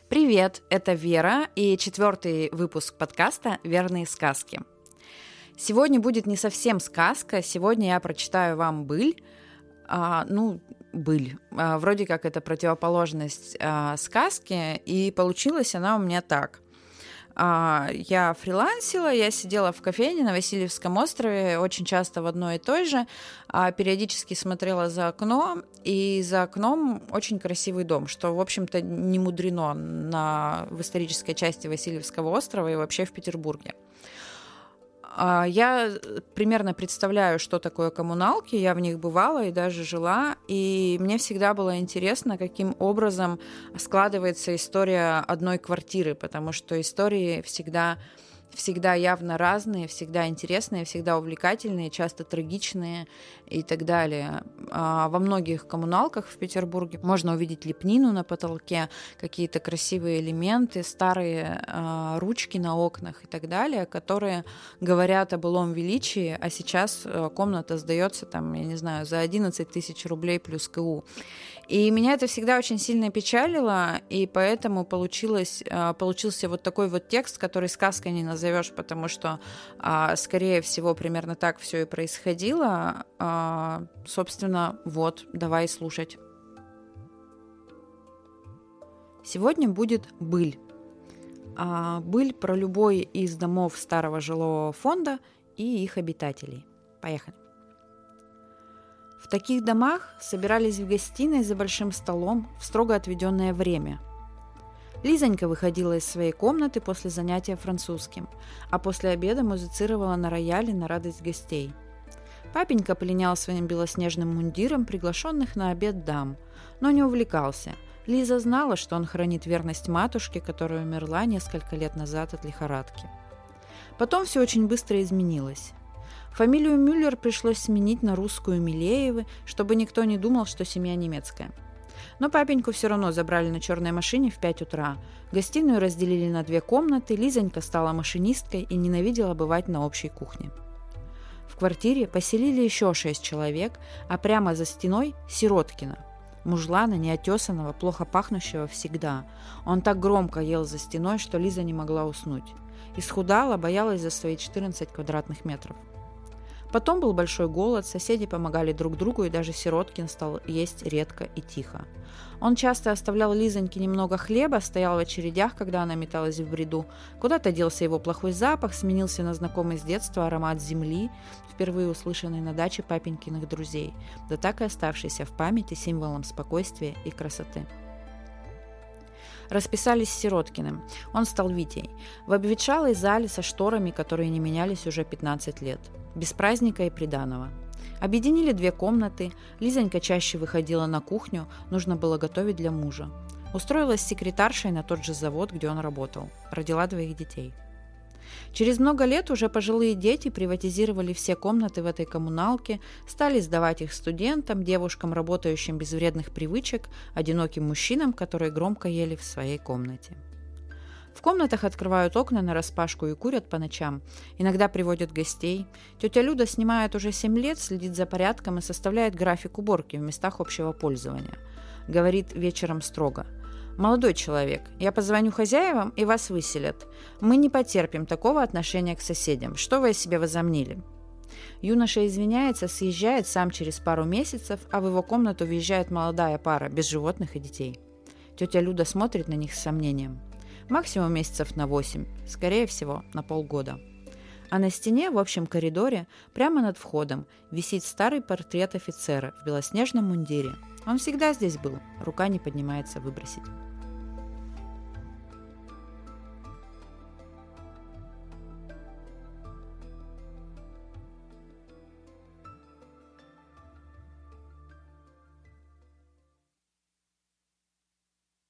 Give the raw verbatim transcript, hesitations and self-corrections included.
Привет, это Вера и четвертый выпуск подкаста «Верные сказки». Сегодня будет не совсем сказка, сегодня я прочитаю вам быль, а, ну, быль, а, вроде как это противоположность а, сказки, и получилась она у меня так. А, я фрилансила, я сидела в кофейне на Васильевском острове, очень часто в одной и той же, а, периодически смотрела за окно, и за окном очень красивый дом, что, в общем-то, не мудрено на, в исторической части Васильевского острова и вообще в Петербурге. Я примерно представляю, что такое коммуналки, я в них бывала и даже жила, и мне всегда было интересно, каким образом складывается история одной квартиры, потому что истории всегда, всегда явно разные, всегда интересные, всегда увлекательные, часто трагичные и так далее. Во многих коммуналках в Петербурге можно увидеть лепнину на потолке, какие-то красивые элементы, старые ручки на окнах и так далее, которые говорят о былом величии, а сейчас комната сдается там, я не знаю, за одиннадцать тысяч рублей плюс КУ. И меня это всегда очень сильно печалило, и поэтому получилось, получился вот такой вот текст, который сказкой не назовешь, потому что, скорее всего, примерно так все и происходило. Собственно, вот, давай слушать. Сегодня будет быль. Быль про любой из домов старого жилого фонда и их обитателей. Поехали. В таких домах собирались в гостиной за большим столом в строго отведенное время. Лизонька выходила из своей комнаты после занятия французским, а после обеда музицировала на рояле на радость гостей. Папенька пленял своим белоснежным мундиром приглашенных на обед дам, но не увлекался. Лиза знала, что он хранит верность матушке, которая умерла несколько лет назад от лихорадки. Потом все очень быстро изменилось. Фамилию Мюллер пришлось сменить на русскую Милеевы, чтобы никто не думал, что семья немецкая. Но папеньку все равно забрали на черной машине в пять утра. Гостиную разделили на две комнаты, Лизонька стала машинисткой и ненавидела бывать на общей кухне. В квартире поселили еще шесть человек, а прямо за стеной – Сироткина. Мужлана, неотесанного, плохо пахнущего всегда. Он так громко ел за стеной, что Лиза не могла уснуть. Исхудала, боялась за свои четырнадцать квадратных метров. Потом был большой голод, соседи помогали друг другу, и даже Сироткин стал есть редко и тихо. Он часто оставлял Лизоньке немного хлеба, стоял в очередях, когда она металась в бреду. Куда-то делся его плохой запах, сменился на знакомый с детства аромат земли, впервые услышанный на даче папенькиных друзей, да так и оставшийся в памяти символом спокойствия и красоты. Расписались с Сироткиным. Он стал Витей. В обветшалой зале со шторами, которые не менялись уже пятнадцать лет. Без праздника и приданого. Объединили две комнаты. Лизонька чаще выходила на кухню, нужно было готовить для мужа. Устроилась секретаршей на тот же завод, где он работал. Родила двоих детей. Через много лет уже пожилые дети приватизировали все комнаты в этой коммуналке, стали сдавать их студентам, девушкам, работающим без вредных привычек, одиноким мужчинам, которые громко ели в своей комнате. В комнатах открывают окна нараспашку и курят по ночам. Иногда приводят гостей. Тетя Люда снимает уже семь лет, следит за порядком и составляет график уборки в местах общего пользования. Говорит вечером строго: «Молодой человек, я позвоню хозяевам, и вас выселят. Мы не потерпим такого отношения к соседям. Что вы о себе возомнили?» Юноша извиняется, съезжает сам через пару месяцев, а в его комнату въезжает молодая пара, без животных и детей. Тетя Люда смотрит на них с сомнением. Максимум месяцев на восемь, скорее всего, на полгода. А на стене, в общем коридоре, прямо над входом, висит старый портрет офицера в белоснежном мундире. Он всегда здесь был, рука не поднимается выбросить.